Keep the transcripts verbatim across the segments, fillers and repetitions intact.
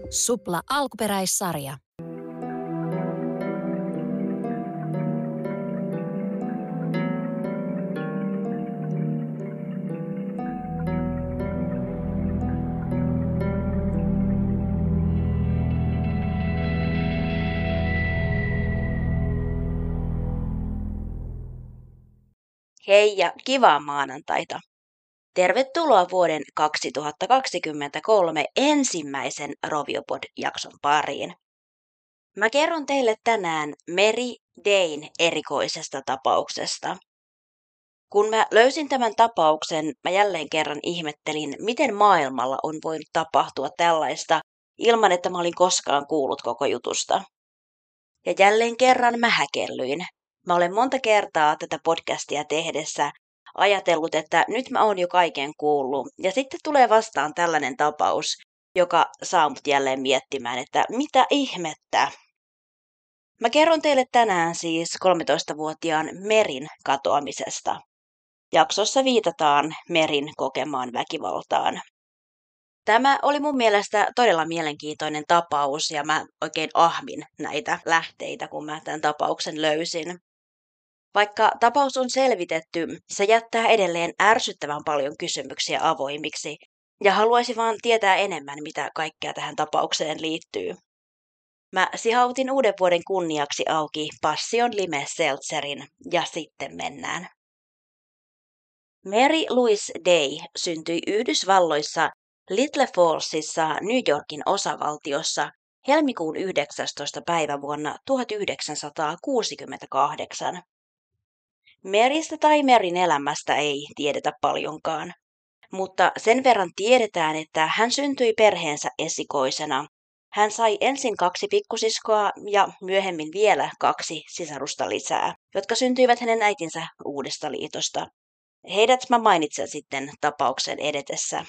Supla alkuperäissarja. Hei ja kivaa maanantaita! Tervetuloa vuoden kaksituhattakaksikymmentäkolme ensimmäisen Roviopod-jakson pariin. Mä kerron teille tänään Mary Dayn erikoisesta tapauksesta. Kun mä löysin tämän tapauksen, mä jälleen kerran ihmettelin, miten maailmalla on voinut tapahtua tällaista ilman, että mä olin koskaan kuullut koko jutusta. Ja jälleen kerran mä häkellyin. Mä olen monta kertaa tätä podcastia tehdessä ajatellut, että nyt mä oon jo kaiken kuullut. Ja sitten tulee vastaan tällainen tapaus, joka saa mut jälleen miettimään, että mitä ihmettä. Mä kerron teille tänään siis kolmetoistavuotiaan Maryn katoamisesta. Jaksossa viitataan Maryn kokemaan väkivaltaan. Tämä oli mun mielestä todella mielenkiintoinen tapaus ja mä oikein ahmin näitä lähteitä, kun mä tämän tapauksen löysin. Vaikka tapaus on selvitetty, se jättää edelleen ärsyttävän paljon kysymyksiä avoimiksi ja haluaisin vaan tietää enemmän, mitä kaikkea tähän tapaukseen liittyy. Mä sihautin uuden vuoden kunniaksi auki Passion Lime Seltzerin ja sitten mennään. Mary Louise Day syntyi Yhdysvalloissa Little Fallsissa New Yorkin osavaltiossa helmikuun yhdeksästoista päivä vuonna tuhatyhdeksänsataakuusikymmentäkahdeksan. Marystä tai Maryn elämästä ei tiedetä paljonkaan, mutta sen verran tiedetään, että hän syntyi perheensä esikoisena. Hän sai ensin kaksi pikkusiskoa ja myöhemmin vielä kaksi sisarusta lisää, jotka syntyivät hänen äitinsä uudesta liitosta. Heidät mä mainitsen sitten tapauksen edetessä.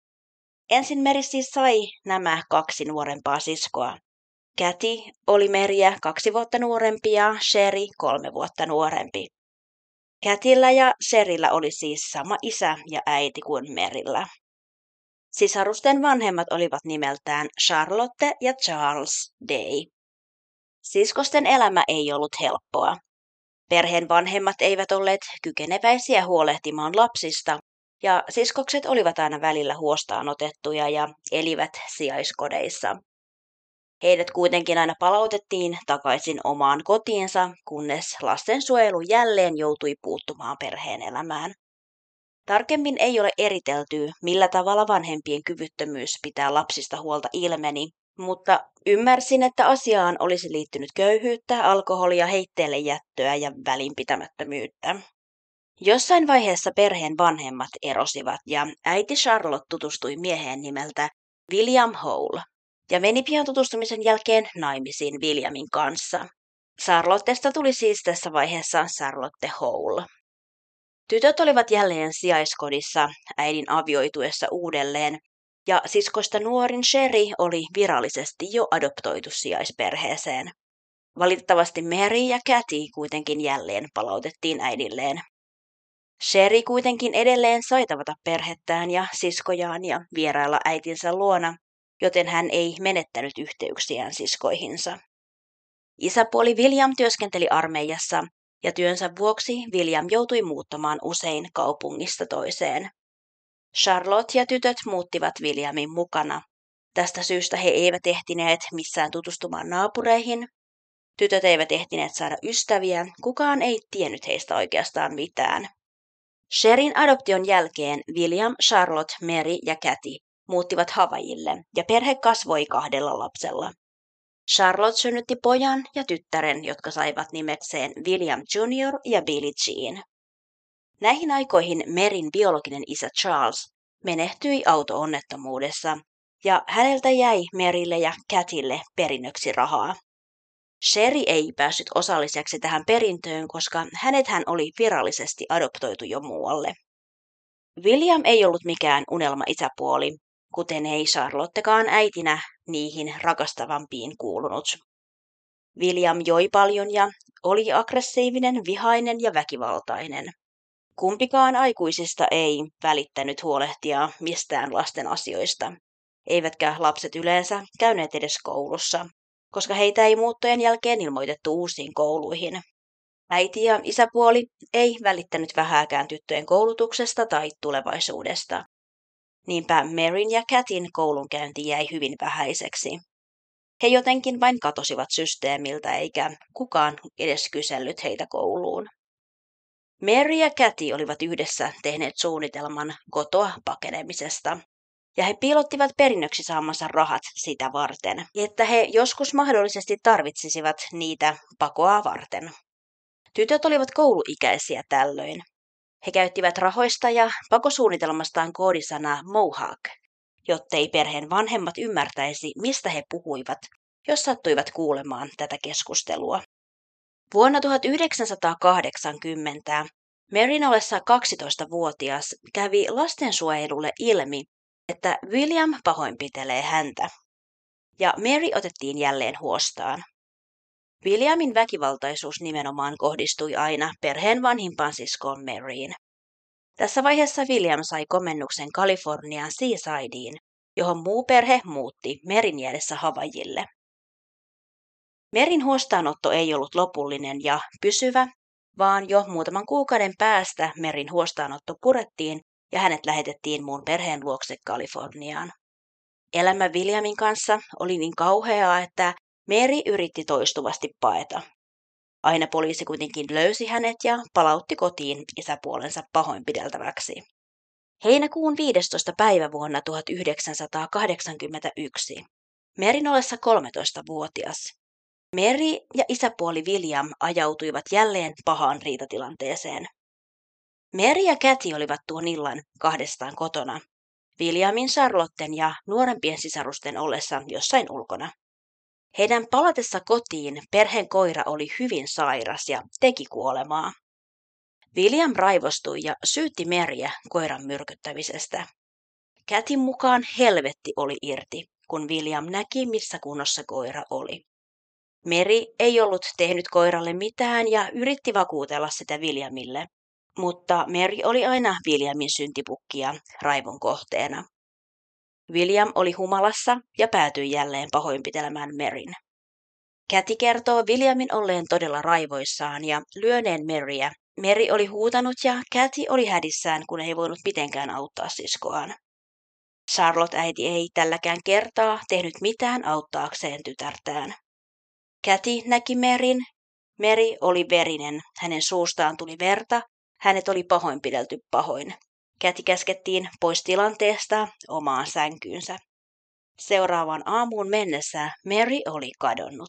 Ensin Mary siis sai nämä kaksi nuorempaa siskoa. Kathy oli Maryä kaksi vuotta nuorempi ja Sherry kolme vuotta nuorempi. Kathyllä ja Sherryllä oli siis sama isä ja äiti kuin Maryllä. Sisarusten vanhemmat olivat nimeltään Charlotte ja Charles Day. Siskosten elämä ei ollut helppoa. Perheen vanhemmat eivät olleet kykeneväisiä huolehtimaan lapsista, ja siskokset olivat aina välillä huostaan otettuja ja elivät sijaiskodeissa. Heidät kuitenkin aina palautettiin takaisin omaan kotiinsa, kunnes lastensuojelu jälleen joutui puuttumaan perheen elämään. Tarkemmin ei ole eritelty, millä tavalla vanhempien kyvyttömyys pitää lapsista huolta ilmeni, mutta ymmärsin, että asiaan olisi liittynyt köyhyyttä, alkoholia, heitteelle jättöä ja välinpitämättömyyttä. Jossain vaiheessa perheen vanhemmat erosivat ja äiti Charlotte tutustui mieheen nimeltä William Hole ja meni pian tutustumisen jälkeen naimisiin Williamin kanssa. Charlottesta tuli siis tässä vaiheessa Charlotte Hole. Tytöt olivat jälleen sijaiskodissa äidin avioituessa uudelleen ja siskosta nuorin Sherry oli virallisesti jo adoptoitu sijaisperheeseen. Valitettavasti Mary ja Kathy kuitenkin jälleen palautettiin äidilleen. Sherry kuitenkin edelleen sai tavata perhettään ja siskojaan ja vierailla äitinsä luona, joten hän ei menettänyt yhteyksiään siskoihinsa. Isäpuoli William työskenteli armeijassa ja työnsä vuoksi William joutui muuttamaan usein kaupungista toiseen. Charlotte ja tytöt muuttivat Williamin mukana. Tästä syystä he eivät ehtineet missään tutustumaan naapureihin. Tytöt eivät ehtineet saada ystäviä, kukaan ei tiennyt heistä oikeastaan mitään. Sherryn adoption jälkeen William, Charlotte, Mary ja Kathy muuttivat Havaijille ja perhe kasvoi kahdella lapsella. Charlotte synnytti pojan ja tyttären, jotka saivat nimekseen William junior ja Billie Jean. Näihin aikoihin Maryn biologinen isä Charles menehtyi auto-onnettomuudessa ja häneltä jäi Marylle ja Kathylle perinnöksi rahaa. Sherry ei päässyt osalliseksi tähän perintöön, koska hänethän oli virallisesti adoptoitu jo muualle. William ei ollut mikään unelma isäpuoli, kuten ei Charlottekaan äitinä niihin rakastavampiin kuulunut. William joi paljon ja oli aggressiivinen, vihainen ja väkivaltainen. Kumpikaan aikuisista ei välittänyt huolehtia mistään lasten asioista. eivätkä lapset yleensä käyneet edes koulussa, koska heitä ei muuttojen jälkeen ilmoitettu uusiin kouluihin. Äiti ja isäpuoli ei välittänyt vähääkään tyttöjen koulutuksesta tai tulevaisuudesta. Niinpä Maryn ja Katin koulunkäynti jäi hyvin vähäiseksi. He jotenkin vain katosivat systeemiltä, eikä kukaan edes kysellyt heitä kouluun. Mary ja Katy olivat yhdessä tehneet suunnitelman kotoa pakenemisesta, ja he piilottivat perinnöksi saamansa rahat sitä varten, että he joskus mahdollisesti tarvitsisivat niitä pakoa varten. Tytöt olivat kouluikäisiä tällöin. He käyttivät rahoista ja pakosuunnitelmastaan koodisanaa Mohawk, jottei perheen vanhemmat ymmärtäisi, mistä he puhuivat, jos sattuivat kuulemaan tätä keskustelua. Vuonna tuhatyhdeksänsataakahdeksankymmentä Maryn ollessa kaksitoistavuotias kävi lastensuojelulle ilmi, että William pahoinpitelee häntä, ja Mary otettiin jälleen huostaan. Williamin väkivaltaisuus nimenomaan kohdistui aina perheen vanhimpaan siskoon Maryin. Tässä vaiheessa William sai komennuksen Kalifornian Seasideen, johon muu perhe muutti Maryn jäädessä Havaijille. Maryn huostaanotto ei ollut lopullinen ja pysyvä, vaan jo muutaman kuukauden päästä Maryn huostaanotto purettiin ja hänet lähetettiin muun perheen luokse Kaliforniaan. Elämä Williamin kanssa oli niin kauheaa, että Mary yritti toistuvasti paeta. Aina poliisi kuitenkin löysi hänet ja palautti kotiin isäpuolensa pahoinpideltäväksi. Heinäkuun viidestoista päivä vuonna tuhatyhdeksänsataakahdeksankymmentäyksi, Maryn ollessa kolmetoistavuotias, Mary ja isäpuoli William ajautuivat jälleen pahaan riitatilanteeseen. Mary ja Katy olivat tuon illan kahdestaan kotona, Williamin, Charlotten ja nuorempien sisarusten ollessa jossain ulkona. Heidän palatessa kotiin perheen koira oli hyvin sairas ja teki kuolemaa. William raivostui ja syytti Maryä koiran myrkyttämisestä. Katyn mukaan helvetti oli irti, kun William näki, missä kunnossa koira oli. Mary ei ollut tehnyt koiralle mitään ja yritti vakuutella sitä Williamille, mutta Mary oli aina Williamin syntipukki ja raivon kohteena. William oli humalassa ja päätyi jälleen pahoinpitelemään Maryn. Katy kertoo Williamin olleen todella raivoissaan ja lyöneen Maryä. Mary oli huutanut ja Katy oli hädissään, kun ei voinut mitenkään auttaa siskoaan. Charlotte äiti ei tälläkään kertaa tehnyt mitään auttaakseen tytärtään. Katy näki Maryn. Mary oli verinen, hänen suustaan tuli verta, hänet oli pahoinpidelty pahoin. Katy käskettiin pois tilanteesta omaan sänkyynsä. Seuraavaan aamuun mennessä Mary oli kadonnut.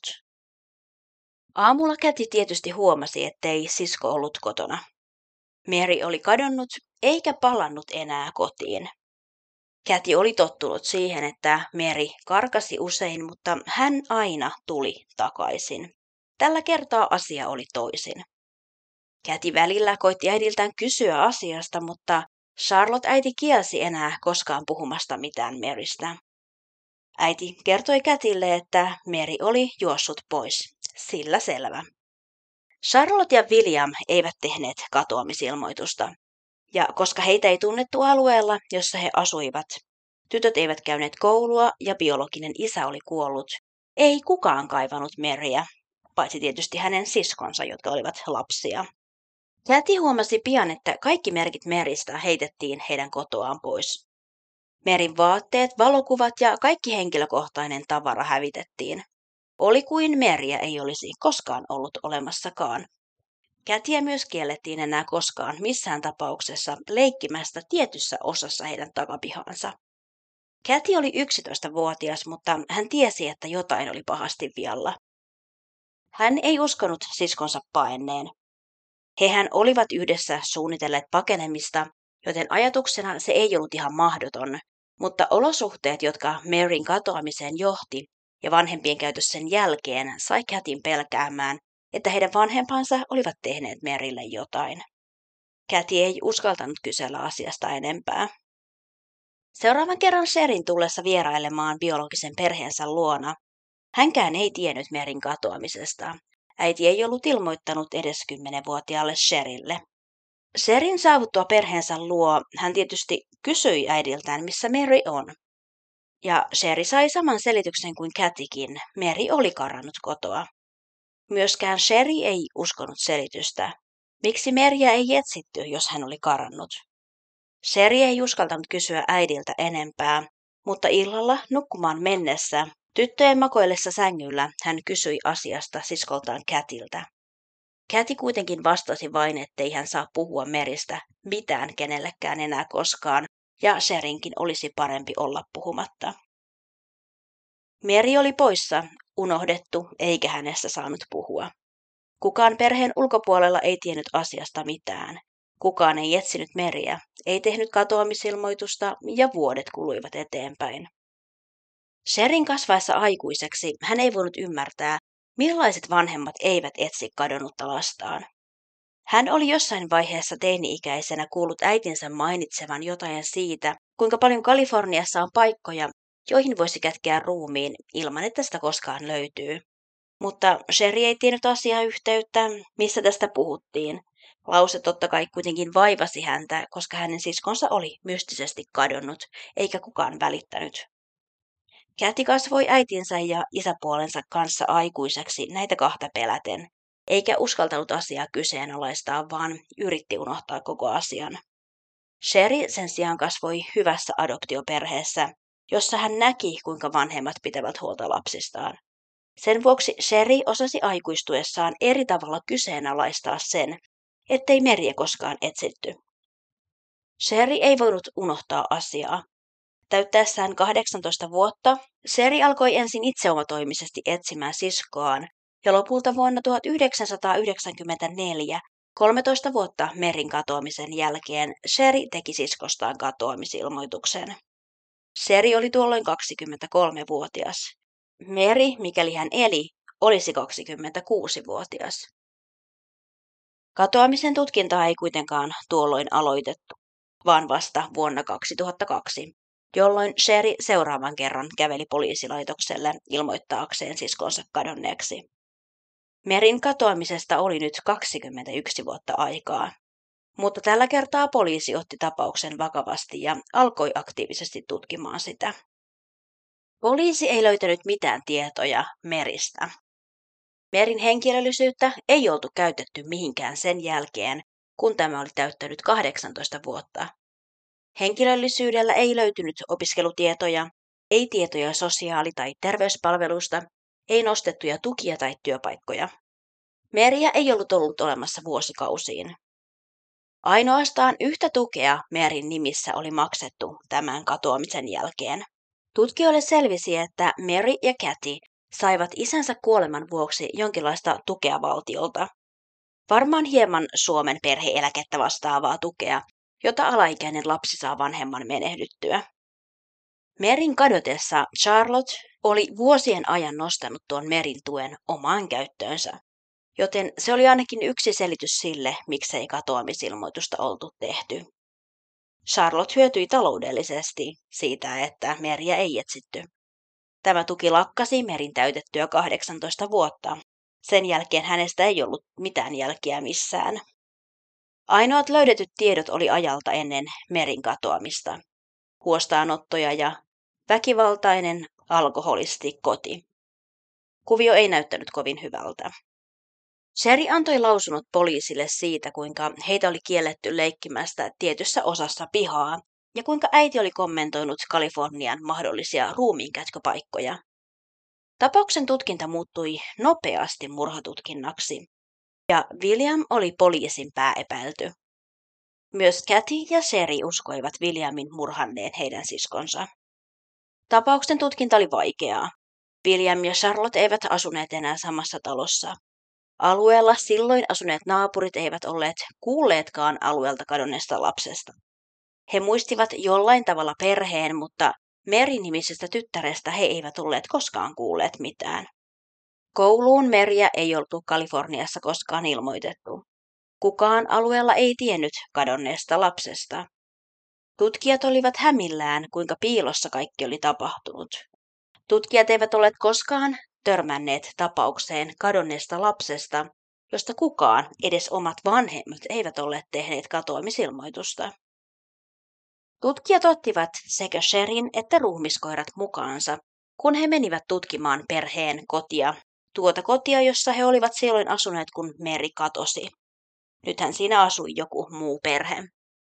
Aamulla Katy tietysti huomasi, ettei sisko ollut kotona. Mary oli kadonnut eikä palannut enää kotiin. Katy oli tottunut siihen, että Mary karkasi usein, mutta hän aina tuli takaisin. Tällä kertaa asia oli toisin. Katy välillä koitti äidiltään kysyä asiasta, mutta Charlotte äiti kielsi enää koskaan puhumasta mitään Marystä. Äiti kertoi Katylle, että Mary oli juossut pois. Sillä selvä. Charlotte ja William eivät tehneet katoamisilmoitusta, ja koska heitä ei tunnettu alueella, jossa he asuivat, tytöt eivät käyneet koulua ja biologinen isä oli kuollut, ei kukaan kaivannut Maryä, paitsi tietysti hänen siskonsa, jotka olivat lapsia. Katy huomasi pian, että kaikki merkit Marystä heitettiin heidän kotoaan pois. Maryn vaatteet, valokuvat ja kaikki henkilökohtainen tavara hävitettiin. Oli kuin Maryä ei olisi koskaan ollut olemassakaan. Katyä myös kiellettiin enää koskaan missään tapauksessa leikkimästä tietyssä osassa heidän takapihaansa. Katy oli yksitoistavuotias, mutta hän tiesi, että jotain oli pahasti vialla. Hän ei uskonut siskonsa paenneen. Hehän olivat yhdessä suunnitelleet pakenemista, joten ajatuksena se ei ollut ihan mahdoton, mutta olosuhteet, jotka Maryn katoamiseen johti ja vanhempien käytös sen jälkeen, sai Katyn pelkäämään, että heidän vanhempansa olivat tehneet Marylle jotain. Katy ei uskaltanut kysellä asiasta enempää. Seuraavan kerran Sherin tullessa vierailemaan biologisen perheensä luona, hänkään ei tiennyt Maryn katoamisesta. Äiti ei ollut ilmoittanut edes kymmenvuotiaalle Sherille. Sherin saavuttua perheensä luo hän tietysti kysyi äidiltään, missä Mary on. Ja Sherry sai saman selityksen kuin Cathykin. Mary oli karannut kotoa. Myöskään Sherry ei uskonut selitystä. Miksi Maryä ei etsitty, jos hän oli karannut? Sherry ei uskaltanut kysyä äidiltä enempää, mutta illalla nukkumaan mennessä, tyttöjen makoillessa sängyllä, hän kysyi asiasta siskoltaan Cathyltä. Cathy kuitenkin vastasi vain, ettei hän saa puhua Marystä mitään kenellekään enää koskaan, ja Sherrynkin olisi parempi olla puhumatta. Mary oli poissa, unohdettu, eikä hänestä saanut puhua. Kukaan perheen ulkopuolella ei tiennyt asiasta mitään. Kukaan ei etsinyt Maryä, ei tehnyt katoamisilmoitusta ja vuodet kuluivat eteenpäin. Sherryn kasvaessa aikuiseksi hän ei voinut ymmärtää, millaiset vanhemmat eivät etsi kadonnutta lastaan. Hän oli jossain vaiheessa teini-ikäisenä kuullut äitinsä mainitsevan jotain siitä, kuinka paljon Kaliforniassa on paikkoja, joihin voisi kätkeä ruumiin ilman, että sitä koskaan löytyy. Mutta Sherry ei tiennyt asiayhteyttä, missä tästä puhuttiin. Lause totta kai kuitenkin vaivasi häntä, koska hänen siskonsa oli mystisesti kadonnut, eikä kukaan välittänyt. Cathy kasvoi äitinsä ja isäpuolensa kanssa aikuiseksi näitä kahta peläten, eikä uskaltanut asiaa kyseenalaistaa, vaan yritti unohtaa koko asian. Sherry sen sijaan kasvoi hyvässä adoptioperheessä, jossa hän näki, kuinka vanhemmat pitävät huolta lapsistaan. Sen vuoksi Sherry osasi aikuistuessaan eri tavalla kyseenalaistaa sen, ettei Maryä koskaan etsitty. Sherry ei voinut unohtaa asiaa. Täyttäessään kahdeksantoista vuotta, Sherry alkoi ensin itseomatoimisesti etsimään siskoaan, ja lopulta vuonna tuhatyhdeksänsataayhdeksänkymmentäneljä, kolmetoista vuotta Maryn katoamisen jälkeen, Sherry teki siskostaan katoamisilmoituksen. Sherry oli tuolloin kaksikymmentäkolmevuotias. Mary, mikäli hän eli, olisi kaksikymmentäkuusivuotias. Katoamisen tutkintaa ei kuitenkaan tuolloin aloitettu, vaan vasta vuonna kaksituhattakaksi, jolloin Sherry seuraavan kerran käveli poliisilaitokselle ilmoittaakseen siskonsa kadonneeksi. Maryn katoamisesta oli nyt kaksikymmentäyksi vuotta aikaa, mutta tällä kertaa poliisi otti tapauksen vakavasti ja alkoi aktiivisesti tutkimaan sitä. Poliisi ei löytänyt mitään tietoja Marystä. Maryn henkilöllisyyttä ei oltu käytetty mihinkään sen jälkeen, kun tämä oli täyttänyt kahdeksantoista vuotta. Henkilöllisyydellä ei löytynyt opiskelutietoja, ei tietoja sosiaali- tai terveyspalveluista, ei nostettuja tukia tai työpaikkoja. Maryä ei ollut ollut olemassa vuosikausiin. Ainoastaan yhtä tukea Maryn nimissä oli maksettu tämän katoamisen jälkeen. Tutkijoille selvisi, että Mary ja Cathy saivat isänsä kuoleman vuoksi jonkinlaista tukea valtiolta. Varmaan hieman Suomen perhe-eläkettä vastaavaa tukea, jota alaikäinen lapsi saa vanhemman menehdyttyä. Maryn kadotessa Charlotte oli vuosien ajan nostanut tuon Maryn tuen omaan käyttöönsä, joten se oli ainakin yksi selitys sille, miksei katoamisilmoitusta oltu tehty. Charlotte hyötyi taloudellisesti siitä, että Maryä ei etsitty. Tämä tuki lakkasi Maryn täytettyä kahdeksantoista vuotta. Sen jälkeen hänestä ei ollut mitään jälkiä missään. Ainoat löydetyt tiedot oli ajalta ennen Maryn katoamista. Huostaanottoja ja väkivaltainen alkoholisti koti. Kuvio ei näyttänyt kovin hyvältä. Sherry antoi lausunnot poliisille siitä, kuinka heitä oli kielletty leikkimästä tietyssä osassa pihaa ja kuinka äiti oli kommentoinut Kalifornian mahdollisia ruumiinkätköpaikkoja. Tapauksen tutkinta muuttui nopeasti murhatutkinnaksi ja William oli poliisin pääepäilty. Myös Cathy ja Sherry uskoivat Williamin murhanneen heidän siskonsa. Tapauksen tutkinta oli vaikeaa. William ja Charlotte eivät asuneet enää samassa talossa. Alueella silloin asuneet naapurit eivät olleet kuulleetkaan alueelta kadonneesta lapsesta. He muistivat jollain tavalla perheen, mutta Mary-nimisestä tyttärestä he eivät olleet koskaan kuulleet mitään. Kouluun Maryä ei oltu Kaliforniassa koskaan ilmoitettu. Kukaan alueella ei tiennyt kadonneesta lapsesta. Tutkijat olivat hämillään, kuinka piilossa kaikki oli tapahtunut. Tutkijat eivät olleet koskaan törmänneet tapaukseen kadonneesta lapsesta, josta kukaan, edes omat vanhemmat, eivät olleet tehneet katoamisilmoitusta. Tutkijat ottivat sekä Sherin että ruumiskoirat mukaansa, kun he menivät tutkimaan perheen kotia, tuota kotia, jossa he olivat silloin asuneet, kun Mary katosi. Nythän siinä asui joku muu perhe.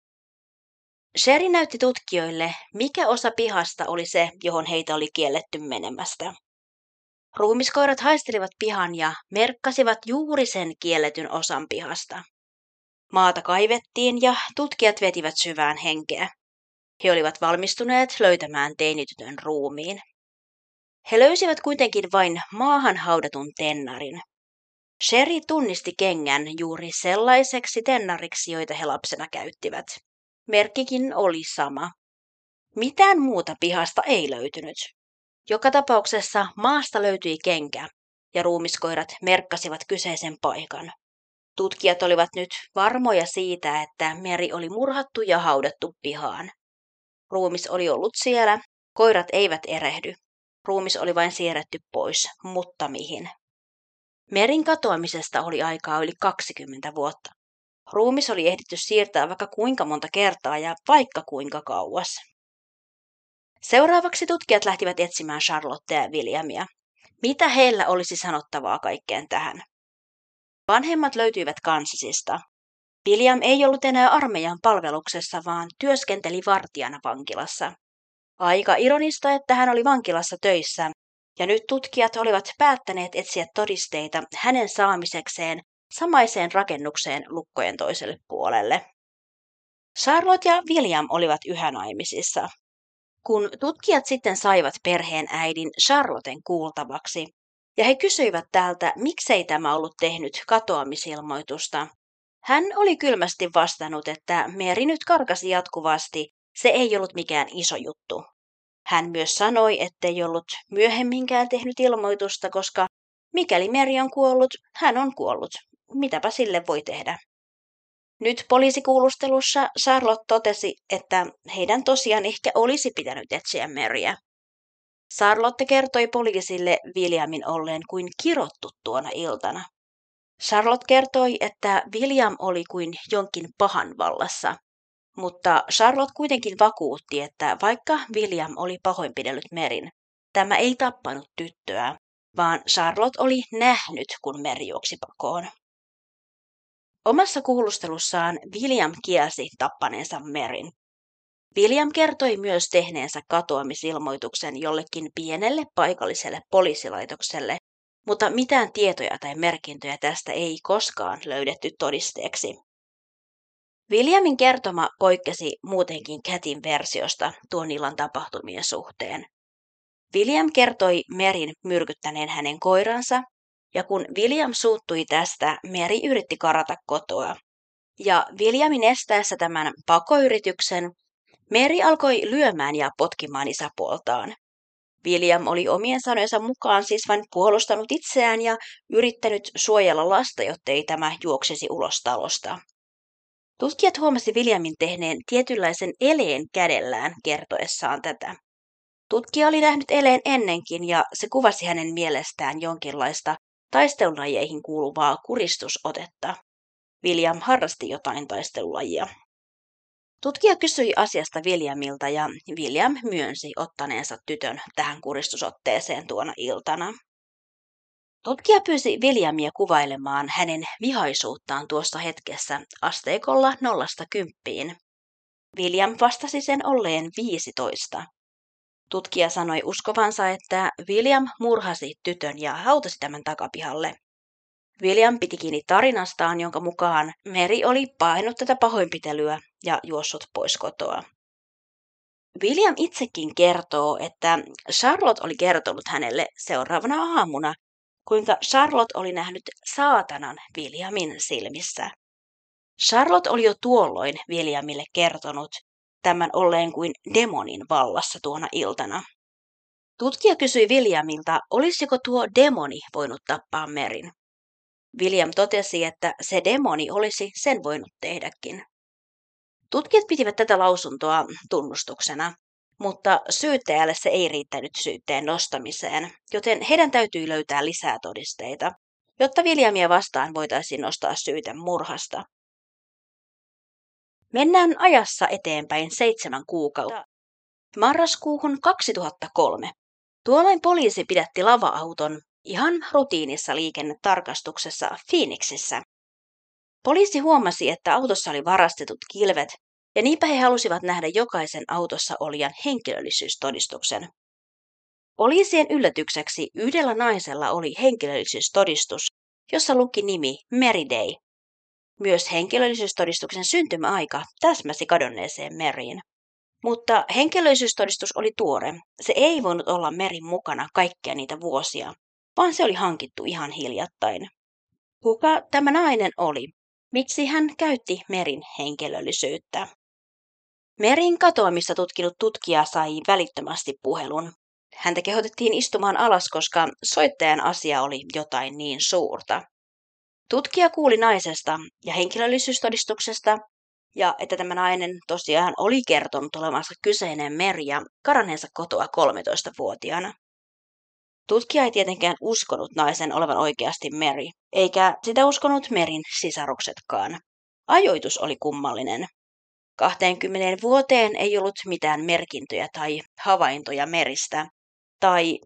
Sherry näytti tutkijoille, mikä osa pihasta oli se, johon heitä oli kielletty menemästä. Ruumiskoirat haistelivat pihan ja merkkasivat juuri sen kielletyn osan pihasta. Maata kaivettiin ja tutkijat vetivät syvään henkeä. He olivat valmistuneet löytämään teinitytön ruumiin. He löysivät kuitenkin vain maahan haudatun tennarin. Sherry tunnisti kengän juuri sellaiseksi tennariksi, joita he lapsena käyttivät. Merkkikin oli sama. Mitään muuta pihasta ei löytynyt. Joka tapauksessa maasta löytyi kenkä, ja ruumiskoirat merkkasivat kyseisen paikan. Tutkijat olivat nyt varmoja siitä, että Mary oli murhattu ja haudattu pihaan. Ruumis oli ollut siellä, koirat eivät erehdy. Ruumis oli vain siirretty pois, mutta mihin? Maryn katoamisesta oli aikaa yli kaksikymmentä vuotta. Ruumis oli ehditty siirtää vaikka kuinka monta kertaa ja vaikka kuinka kauas. Seuraavaksi tutkijat lähtivät etsimään Charlottea ja Williamia. Mitä heillä olisi sanottavaa kaikkeen tähän? Vanhemmat löytyivät Kansasista. William ei ollut enää armeijan palveluksessa, vaan työskenteli vartijana vankilassa. Aika ironista, että hän oli vankilassa töissä, ja nyt tutkijat olivat päättäneet etsiä todisteita hänen saamisekseen samaiseen rakennukseen lukkojen toiselle puolelle. Charlotte ja William olivat yhä naimisissa. Kun tutkijat sitten saivat perheen äidin Charlotten kuultavaksi, ja he kysyivät täältä, miksei tämä ollut tehnyt katoamisilmoitusta, hän oli kylmästi vastannut, että Mary nyt karkasi jatkuvasti, se ei ollut mikään iso juttu. Hän myös sanoi, ettei ollut myöhemminkään tehnyt ilmoitusta, koska mikäli Mary on kuollut, hän on kuollut. Mitäpä sille voi tehdä? Nyt poliisikuulustelussa Charlotte totesi, että heidän tosiaan ehkä olisi pitänyt etsiä Maryä. Charlotte kertoi poliisille Williamin olleen kuin kirottu tuona iltana. Charlotte kertoi, että William oli kuin jonkin pahan vallassa, mutta Charlotte kuitenkin vakuutti, että vaikka William oli pahoinpidellyt Maryn, tämä ei tappanut tyttöä, vaan Charlotte oli nähnyt, kun Mary juoksi pakoon. Omassa kuulustelussaan William kielsi tappaneensa Maryn. William kertoi myös tehneensä katoamisilmoituksen jollekin pienelle paikalliselle poliisilaitokselle, mutta mitään tietoja tai merkintöjä tästä ei koskaan löydetty todisteeksi. Williamin kertoma poikkesi muutenkin Katin versiosta tuon illan tapahtumien suhteen. William kertoi Maryn myrkyttäneen hänen koiransa, ja kun William suuttui tästä, Mary yritti karata kotoa. Ja Williamin estäessä tämän pakoyrityksen, Mary alkoi lyömään ja potkimaan isäpuoltaan. William oli omien sanojensa mukaan siis vain puolustanut itseään ja yrittänyt suojella lasta, jottei tämä juoksisi ulos talosta. Tutkijat huomasi Williamin tehneen tietynlaisen eleen kädellään kertoessaan tätä. Tutkija oli nähnyt eleen ennenkin ja se kuvasi hänen mielestään jonkinlaista taistelulajeihin kuuluvaa kuristusotetta. William harrasti jotain taistelulajia. Tutkija kysyi asiasta Williamilta ja William myönsi ottaneensa tytön tähän kuristusotteeseen tuona iltana. Tutkija pyysi Williamia kuvailemaan hänen vihaisuuttaan tuossa hetkessä asteikolla nollasta kymppiin. William vastasi sen olleen viisitoista. Tutkija sanoi uskovansa, että William murhasi tytön ja hautasi tämän takapihalle. William piti kiinni tarinastaan, jonka mukaan Mary oli paennut tätä pahoinpitelyä ja juossut pois kotoa. William itsekin kertoo, että Charlotte oli kertonut hänelle seuraavana aamuna, kuinka Charlotte oli nähnyt saatanan Williamin silmissä. Charlotte oli jo tuolloin Williamille kertonut tämän olleen kuin demonin vallassa tuona iltana. Tutkija kysyi Williamilta, olisiko tuo demoni voinut tappaa Maryn. William totesi, että se demoni olisi sen voinut tehdäkin. Tutkijat pitivät tätä lausuntoa tunnustuksena, mutta syyttäjälle se ei riittänyt syytteen nostamiseen, joten heidän täytyi löytää lisää todisteita, jotta Williamia vastaan voitaisiin nostaa syyte murhasta. Mennään ajassa eteenpäin seitsemän kuukautta. Marraskuuhun kaksituhattakolme. Tuolloin poliisi pidätti lava-auton ihan rutiinissa liikennetarkastuksessa Phoenixissä. Poliisi huomasi, että autossa oli varastetut kilvet, ja niinpä he halusivat nähdä jokaisen autossa olijan henkilöllisyystodistuksen. Poliisien yllätykseksi yhdellä naisella oli henkilöllisyystodistus, jossa luki nimi Mary Day. Myös henkilöllisyystodistuksen syntymäaika täsmäsi kadonneeseen Maryin. Mutta henkilöllisyystodistus oli tuore. Se ei voinut olla Maryn mukana kaikkia niitä vuosia, vaan se oli hankittu ihan hiljattain. Kuka tämä nainen oli? Miksi hän käytti Maryn henkilöllisyyttä? Maryn katoamista tutkinut tutkija sai välittömästi puhelun. Häntä kehotettiin istumaan alas, koska soittajan asia oli jotain niin suurta. Tutkija kuuli naisesta ja henkilöllisyystodistuksesta, ja että tämä nainen tosiaan oli kertonut olevansa kyseinen Mary ja karanneensa kotoa kolmetoistavuotiaana. Tutkija ei tietenkään uskonut naisen olevan oikeasti Mary, eikä sitä uskonut Maryn sisaruksetkaan. Ajoitus oli kummallinen. kahteenkymmeneen vuoteen ei ollut mitään merkintöjä tai havaintoja Marystä tai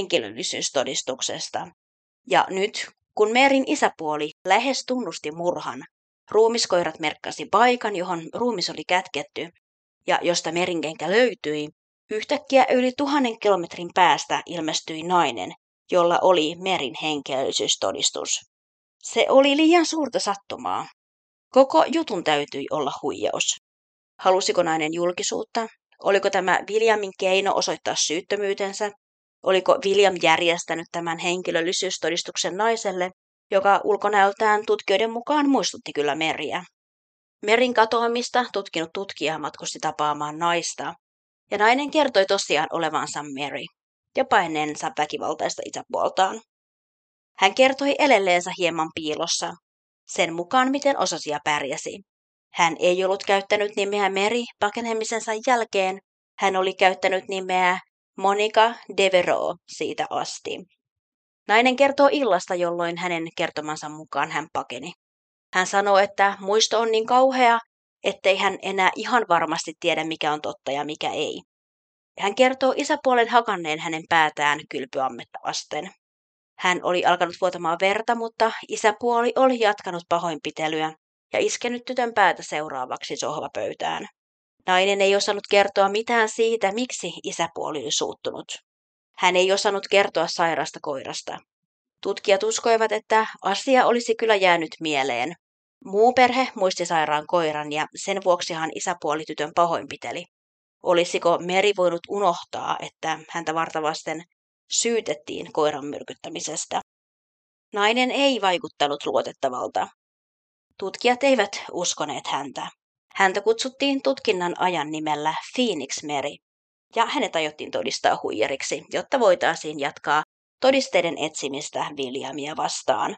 henkilöllisyystodistuksesta. Ja nyt, kun Maryn isäpuoli lähes tunnusti murhan, ruumiskoirat merkkasi paikan, johon ruumis oli kätketty ja josta Maryn kenkä löytyi, yhtäkkiä yli tuhannen kilometrin päästä ilmestyi nainen, jolla oli Maryn henkilöllisyystodistus. Se oli liian suurta sattumaa. Koko jutun täytyi olla huijaus. Halusiko nainen julkisuutta? Oliko tämä Williamin keino osoittaa syyttömyytensä? Oliko William järjestänyt tämän henkilöllisyystodistuksen naiselle, joka ulkonäöltään tutkijoiden mukaan muistutti kyllä Maryä? Maryn katoamista tutkinut tutkija matkusti tapaamaan naista, ja nainen kertoi tosiaan olevansa Mary ja paineensa väkivaltaista isäpuoltaan. Hän kertoi elelleensä hieman piilossa, sen mukaan miten osasi ja pärjäsi. Hän ei ollut käyttänyt nimeä Mary pakenemisensa jälkeen, hän oli käyttänyt nimeä Monica Devereaux siitä asti. Nainen kertoo illasta, jolloin hänen kertomansa mukaan hän pakeni. Hän sanoo, että muisto on niin kauhea, ettei hän enää ihan varmasti tiedä, mikä on totta ja mikä ei. Hän kertoo isäpuolen hakanneen hänen päätään kylpyammetta vasten. Hän oli alkanut vuotamaan verta, mutta isäpuoli oli jatkanut pahoinpitelyä ja iskenyt tytön päätä seuraavaksi sohvapöytään. Nainen ei osannut kertoa mitään siitä, miksi isäpuoli oli suuttunut. Hän ei osannut kertoa sairaasta koirasta. Tutkijat uskoivat, että asia olisi kyllä jäänyt mieleen. Muu perhe muisti sairaan koiran ja sen vuoksihan isäpuoli tytön pahoinpiteli. Olisiko Mary voinut unohtaa, että häntä vartavasten syytettiin koiran myrkyttämisestä? Nainen ei vaikuttanut luotettavalta. Tutkijat eivät uskoneet häntä. Häntä kutsuttiin tutkinnan ajan nimellä Phoenix Mary, ja hänet aiottiin todistaa huijariksi, jotta voitaisiin jatkaa todisteiden etsimistä Williamia vastaan.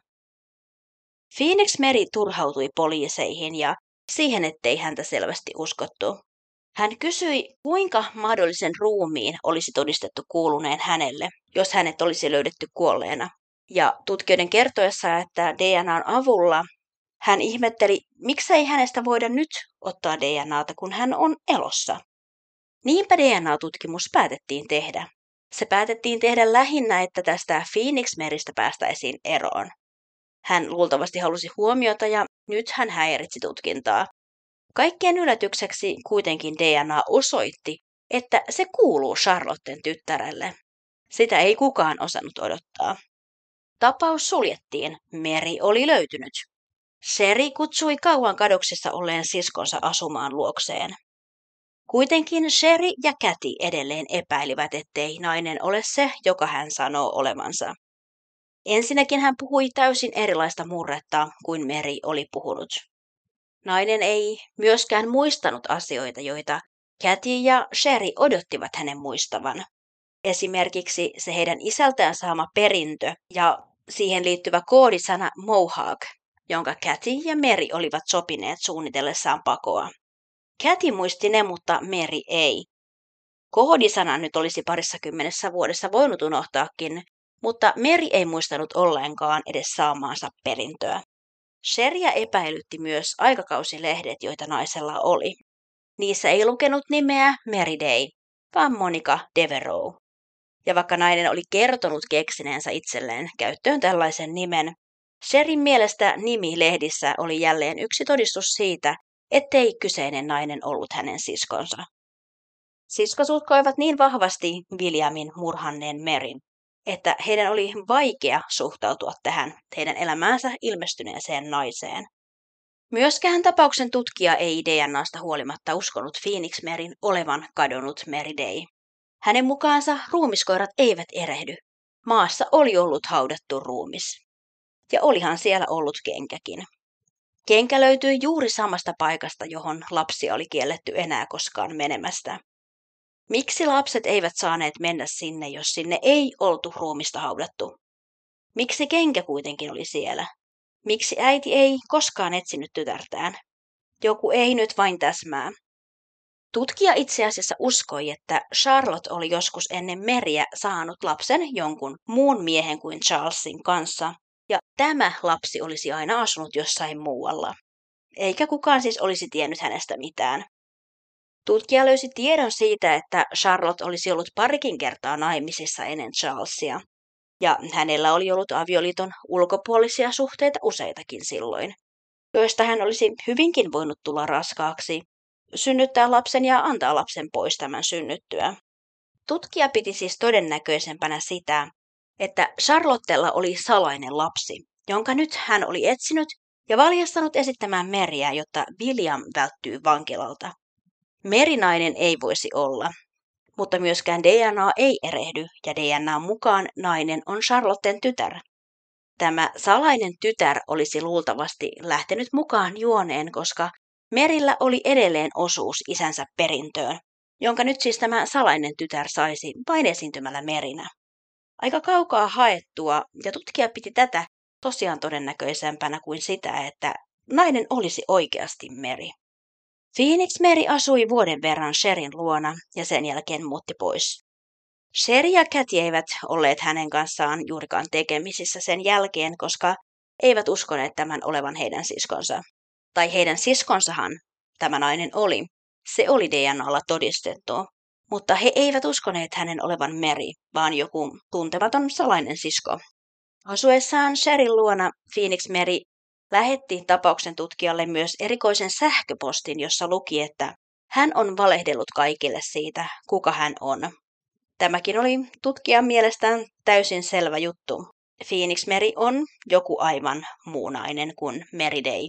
Phoenix Mary turhautui poliiseihin ja siihen, ettei häntä selvästi uskottu. Hän kysyi, kuinka mahdollisen ruumiin olisi todistettu kuuluneen hänelle, jos hänet olisi löydetty kuolleena. Ja tutkijoiden kertoessa, että D N A:n avulla hän ihmetteli, miksei hänestä voida nyt ottaa D N A:ta, kun hän on elossa. Niinpä D N A-tutkimus päätettiin tehdä. Se päätettiin tehdä lähinnä, että tästä Phoenix Marystä päästäisiin eroon. Hän luultavasti halusi huomiota ja nyt hän häiritsi tutkintaa. Kaikkien yllätykseksi kuitenkin D N A osoitti, että se kuuluu Charlotten tyttärelle. Sitä ei kukaan osannut odottaa. Tapaus suljettiin. Mary oli löytynyt. Sherry kutsui kauan kadoksissa olleen siskonsa asumaan luokseen. Kuitenkin Sherry ja Kathy edelleen epäilivät, ettei nainen ole se, joka hän sanoo olevansa. Ensinnäkin hän puhui täysin erilaista murretta kuin Mary oli puhunut. Nainen ei myöskään muistanut asioita, joita Kathy ja Sherry odottivat hänen muistavan. Esimerkiksi se heidän isältään saama perintö ja siihen liittyvä koodisana Mohawk, jonka Kathy ja Mary olivat sopineet suunnitellessaan pakoa. Kathy muisti ne, mutta Mary ei. Koodisana nyt olisi parissa kymmenessä vuodessa voinut unohtaakin, mutta Mary ei muistanut ollenkaan edes saamaansa perintöä. Sheria epäilytti myös aikakausilehdet, joita naisella oli. Niissä ei lukenut nimeä Mary Day, vaan Monica Devereaux. Ja vaikka nainen oli kertonut keksineensä itselleen käyttöön tällaisen nimen, Sherin mielestä nimi lehdissä oli jälleen yksi todistus siitä, ettei kyseinen nainen ollut hänen siskonsa. Siskot uskoivat niin vahvasti Williamin murhanneen Maryn, että heidän oli vaikea suhtautua tähän heidän elämäänsä ilmestyneeseen naiseen. Myöskään tapauksen tutkija ei D N A:sta huolimatta uskonut Phoenix Maryn olevan kadonnut Mary Day. Hänen mukaansa ruumiskoirat eivät erehdy. Maassa oli ollut haudattu ruumis. Ja olihan siellä ollut kenkäkin. Kenkä löytyi juuri samasta paikasta, johon lapsia oli kielletty enää koskaan menemästä. Miksi lapset eivät saaneet mennä sinne, jos sinne ei oltu ruumista haudattu? Miksi kenkä kuitenkin oli siellä? Miksi äiti ei koskaan etsinyt tytärtään? Joku ei nyt vain täsmää. Tutkija itse asiassa uskoi, että Charlotte oli joskus ennen Maryä saanut lapsen jonkun muun miehen kuin Charlesin kanssa, ja tämä lapsi olisi aina asunut jossain muualla. Eikä kukaan siis olisi tiennyt hänestä mitään. Tutkija löysi tiedon siitä, että Charlotte olisi ollut parikin kertaa naimisissa ennen Charlesia, ja hänellä oli ollut avioliiton ulkopuolisia suhteita useitakin silloin, joista hän olisi hyvinkin voinut tulla raskaaksi, synnyttää lapsen ja antaa lapsen pois tämän synnyttyä. Tutkija piti siis todennäköisempänä sitä, että Charlottella oli salainen lapsi, jonka nyt hän oli etsinyt ja valjastanut esittämään Maryä, jotta William välttyy vankilalta. Merinainen ei voisi olla, mutta myöskään D N A ei erehdy ja D N A:n mukaan nainen on Charlotten tytär. Tämä salainen tytär olisi luultavasti lähtenyt mukaan juoneen, koska Maryllä oli edelleen osuus isänsä perintöön, jonka nyt siis tämä salainen tytär saisi vain esiintymällä Marynä. Aika kaukaa haettua, ja tutkija piti tätä tosiaan todennäköisempänä kuin sitä, että nainen olisi oikeasti Mary. Phoenix Mary asui vuoden verran Sherin luona ja sen jälkeen muutti pois. Sher ja Cathy eivät olleet hänen kanssaan juurikaan tekemisissä sen jälkeen, koska eivät uskoneet tämän olevan heidän siskonsa. Tai heidän siskonsahan tämä nainen oli. Se oli D N A:lla todistettu. Mutta he eivät uskoneet hänen olevan Mary, vaan joku tuntematon salainen sisko. Asuessaan Sherin luona Phoenix Mary lähetti tapauksen tutkijalle myös erikoisen sähköpostin, jossa luki, että hän on valehdellut kaikille siitä, kuka hän on. Tämäkin oli tutkijan mielestään täysin selvä juttu. Phoenix Mary on joku aivan muu nainen kuin Mary Day.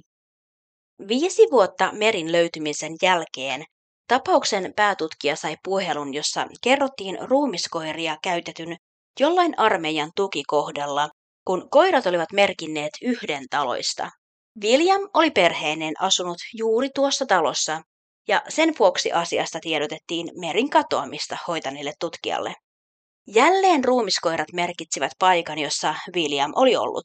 Viisi vuotta Maryn löytymisen jälkeen tapauksen päätutkija sai puhelun, jossa kerrottiin ruumiskoiria käytetyn jollain armeijan tukikohdalla, kun koirat olivat merkinneet yhden taloista. William oli perheineen asunut juuri tuossa talossa, ja sen vuoksi asiasta tiedotettiin Maryn katoamista hoitaneelle tutkijalle. Jälleen ruumiskoirat merkitsivät paikan, jossa William oli ollut.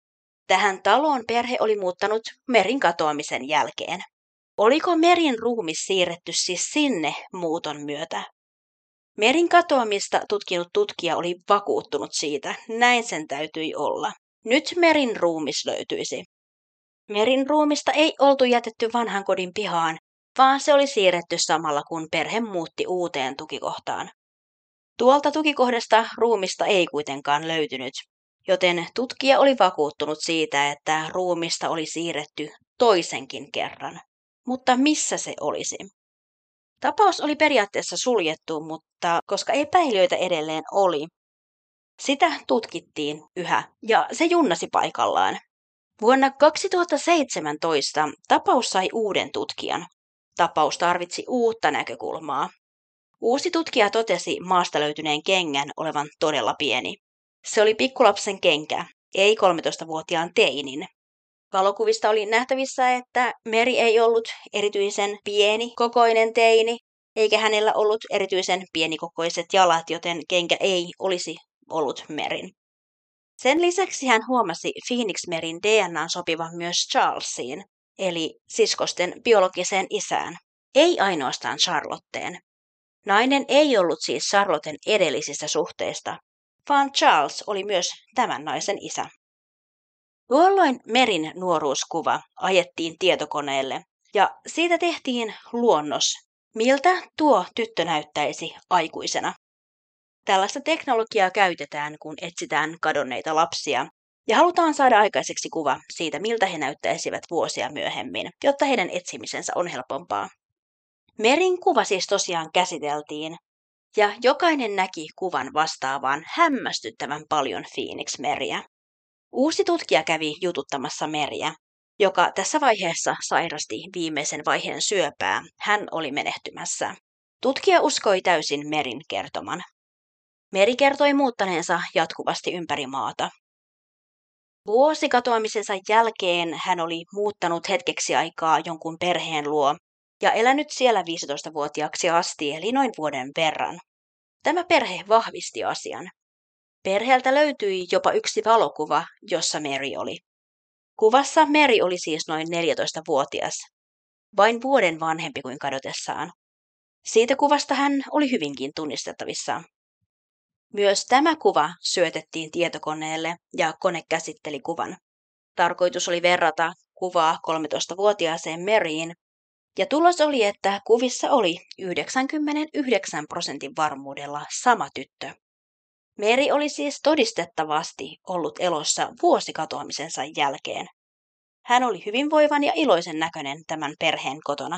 Tähän taloon perhe oli muuttanut Maryn katoamisen jälkeen. Oliko Maryn ruumis siirretty siis sinne muuton myötä? Maryn katoamista tutkinut tutkija oli vakuuttunut siitä, näin sen täytyi olla. Nyt Maryn ruumis löytyisi. Maryn ruumista ei oltu jätetty vanhan kodin pihaan, vaan se oli siirretty samalla kun perhe muutti uuteen tukikohtaan. Tuolta tukikohdasta ruumista ei kuitenkaan löytynyt, joten tutkija oli vakuuttunut siitä, että ruumista oli siirretty toisenkin kerran. Mutta missä se olisi? Tapaus oli periaatteessa suljettu, mutta koska epäilijöitä edelleen oli, sitä tutkittiin yhä ja se junnasi paikallaan. Vuonna kaksituhattaseitsemäntoista tapaus sai uuden tutkijan. Tapaus tarvitsi uutta näkökulmaa. Uusi tutkija totesi maasta löytyneen kengän olevan todella pieni. Se oli pikkulapsen kenkä, ei kolmetoistavuotiaan teinin. Valokuvista oli nähtävissä, että Mary ei ollut erityisen pieni kokoinen teini, eikä hänellä ollut erityisen pienikokoiset jalat, joten kenkä ei olisi ollut Maryn. Sen lisäksi hän huomasi Phoenix Maryn D N A:n sopivan myös Charlesiin, eli siskosten biologiseen isään, ei ainoastaan Charlotteen. Nainen ei ollut siis Charlotten edellisistä suhteista, vaan Charles oli myös tämän naisen isä. Tuolloin Merin nuoruuskuva ajettiin tietokoneelle ja siitä tehtiin luonnos, miltä tuo tyttö näyttäisi aikuisena. Tällaista teknologiaa käytetään, kun etsitään kadonneita lapsia ja halutaan saada aikaiseksi kuva siitä, miltä he näyttäisivät vuosia myöhemmin, jotta heidän etsimisensä on helpompaa. Merin kuva siis tosiaan käsiteltiin ja jokainen näki kuvan vastaavan hämmästyttävän paljon Phoenix-meriä. Uusi tutkija kävi jututtamassa Meriä, joka tässä vaiheessa sairasti viimeisen vaiheen syöpää. Hän oli menehtymässä. Tutkija uskoi täysin Merin kertoman. Meri kertoi muuttaneensa jatkuvasti ympäri maata. Vuosi katoamisensa jälkeen hän oli muuttanut hetkeksi aikaa jonkun perheen luo ja elänyt siellä viisitoistavuotiaaksi asti, eli noin vuoden verran. Tämä perhe vahvisti asian. Perheeltä löytyi jopa yksi valokuva, jossa Meri oli. Kuvassa Meri oli siis noin neljätoistavuotias, vain vuoden vanhempi kuin kadotessaan. Siitä kuvasta hän oli hyvinkin tunnistettavissa. Myös tämä kuva syötettiin tietokoneelle ja kone käsitteli kuvan. Tarkoitus oli verrata kuvaa kolmetoistavuotiaaseen Meriin, ja tulos oli, että kuvissa oli yhdeksänkymmentäyhdeksän prosentin varmuudella sama tyttö. Meri oli siis todistettavasti ollut elossa vuosi katoamisensa jälkeen. Hän oli hyvinvoivan ja iloisen näköinen tämän perheen kotona.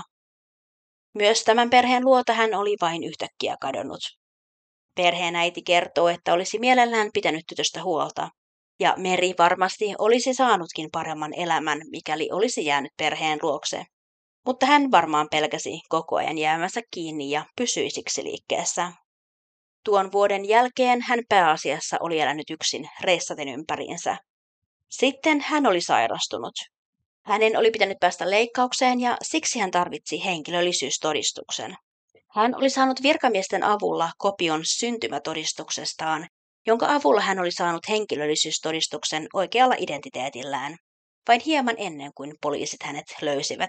Myös tämän perheen luota hän oli vain yhtäkkiä kadonnut. Perheen äiti kertoo, että olisi mielellään pitänyt tytöstä huolta, ja Meri varmasti olisi saanutkin paremman elämän, mikäli olisi jäänyt perheen luokse. Mutta hän varmaan pelkäsi koko ajan jäämänsä kiinni ja pysyi siksi liikkeessä. Tuon vuoden jälkeen hän pääasiassa oli elänyt yksin reissaten ympäriinsä. Sitten hän oli sairastunut. Hänen oli pitänyt päästä leikkaukseen ja siksi hän tarvitsi henkilöllisyystodistuksen. Hän oli saanut virkamiesten avulla kopion syntymätodistuksestaan, jonka avulla hän oli saanut henkilöllisyystodistuksen oikealla identiteetillään, vain hieman ennen kuin poliisit hänet löysivät.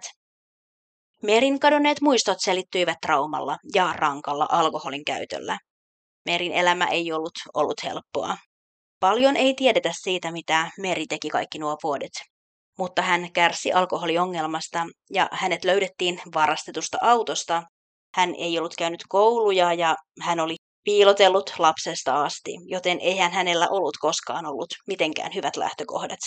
Merin kadonneet muistot selittyivät traumalla ja rankalla alkoholin käytöllä. Merin elämä ei ollut ollut helppoa. Paljon ei tiedetä siitä, mitä Meri teki kaikki nuo vuodet. Mutta hän kärsi alkoholiongelmasta ja hänet löydettiin varastetusta autosta. Hän ei ollut käynyt kouluja ja hän oli piilotellut lapsesta asti, joten eihän hänellä ollut koskaan ollut mitenkään hyvät lähtökohdat.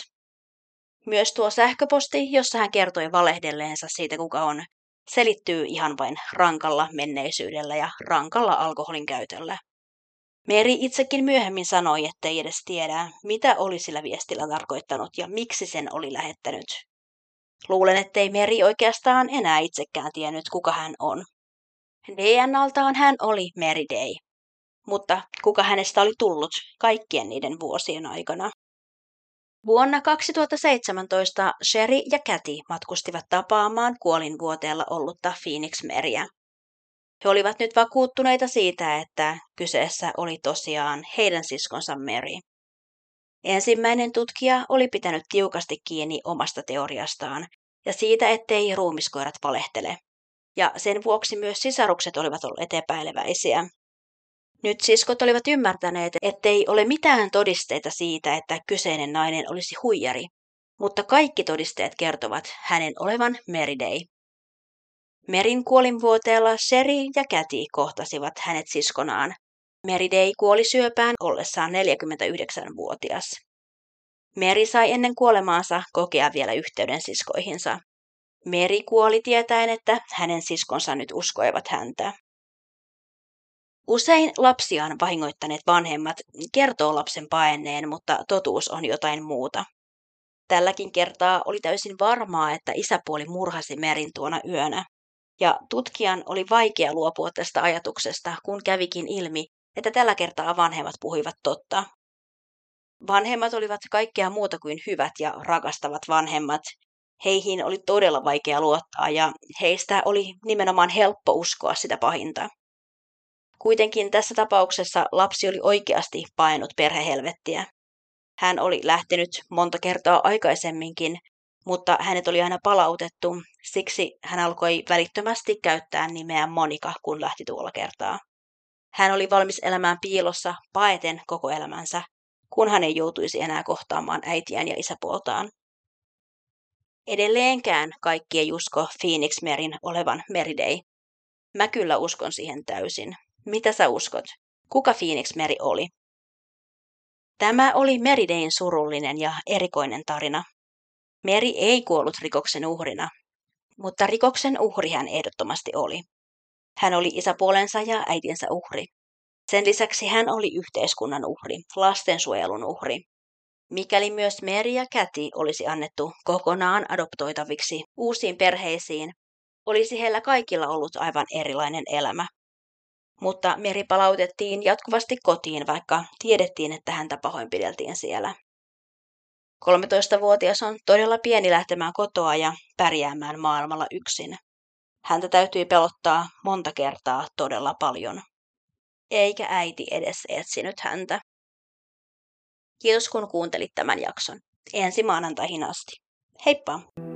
Myös tuo sähköposti, jossa hän kertoi valehdelleensa siitä, kuka on, selittyy ihan vain rankalla menneisyydellä ja rankalla alkoholin käytöllä. Meri itsekin myöhemmin sanoi, ettei edes tiedä, mitä oli sillä viestillä tarkoittanut ja miksi sen oli lähettänyt. Luulen, ettei Meri oikeastaan enää itsekään tiennyt, kuka hän on. D N A:ltaan hän oli Meri Day, mutta kuka hänestä oli tullut kaikkien niiden vuosien aikana? Vuonna kaksituhattaseitsemäntoista Sherry ja Kathy matkustivat tapaamaan kuolinvuoteella ollutta Phoenix-meriä. He olivat nyt vakuuttuneita siitä, että kyseessä oli tosiaan heidän siskonsa Meri. Ensimmäinen tutkija oli pitänyt tiukasti kiinni omasta teoriastaan ja siitä, ettei ruumiskoirat valehtele. Ja sen vuoksi myös sisarukset olivat olleet epäileväisiä. Nyt siskot olivat ymmärtäneet, ettei ole mitään todisteita siitä, että kyseinen nainen olisi huijari, mutta kaikki todisteet kertovat hänen olevan Meri Day. Merin kuolinvuoteella Sherry ja Kathy kohtasivat hänet siskonaan. Meri Day kuoli syöpään ollessaan neljäkymmentäyhdeksänvuotias. Meri sai ennen kuolemaansa kokea vielä yhteyden siskoihinsa. Meri kuoli tietäen, että hänen siskonsa nyt uskoivat häntä. Usein lapsiaan vahingoittaneet vanhemmat kertoo lapsen paenneen, mutta totuus on jotain muuta. Tälläkin kertaa oli täysin varmaa, että isäpuoli murhasi Merin tuona yönä. Ja tutkijan oli vaikea luopua tästä ajatuksesta, kun kävikin ilmi, että tällä kertaa vanhemmat puhuivat totta. Vanhemmat olivat kaikkea muuta kuin hyvät ja rakastavat vanhemmat. Heihin oli todella vaikea luottaa ja heistä oli nimenomaan helppo uskoa sitä pahinta. Kuitenkin tässä tapauksessa lapsi oli oikeasti paennut perhehelvettiä. Hän oli lähtenyt monta kertaa aikaisemminkin, mutta hänet oli aina palautettu, siksi hän alkoi välittömästi käyttää nimeä Monika, kun lähti tuolla kertaa. Hän oli valmis elämään piilossa paeten koko elämänsä. kun hän ei joutuisi enää kohtaamaan äitiään ja isäpuoltaan. Edelleenkään kaikki ei usko Phoenix Meryn olevan Meriday. Mä kyllä uskon siihen täysin. Mitä sä uskot? Kuka Phoenix Mary oli? Tämä oli Meridayn surullinen ja erikoinen tarina. Mary ei kuollut rikoksen uhrina, mutta rikoksen uhri hän ehdottomasti oli. Hän oli isäpuolensa ja äitinsä uhri. Sen lisäksi hän oli yhteiskunnan uhri, lastensuojelun uhri. Mikäli myös Mary ja Kathy olisi annettu kokonaan adoptoitaviksi uusiin perheisiin, olisi heillä kaikilla ollut aivan erilainen elämä. Mutta Mary palautettiin jatkuvasti kotiin, vaikka tiedettiin, että häntä pahoinpideltiin siellä. kolmetoistavuotias on todella pieni lähtemään kotoa ja pärjäämään maailmalla yksin. Häntä täytyi pelottaa monta kertaa todella paljon. Eikä äiti edes etsinyt häntä. Kiitos kun kuuntelit tämän jakson. Ensi maanantaihin asti. Heippa!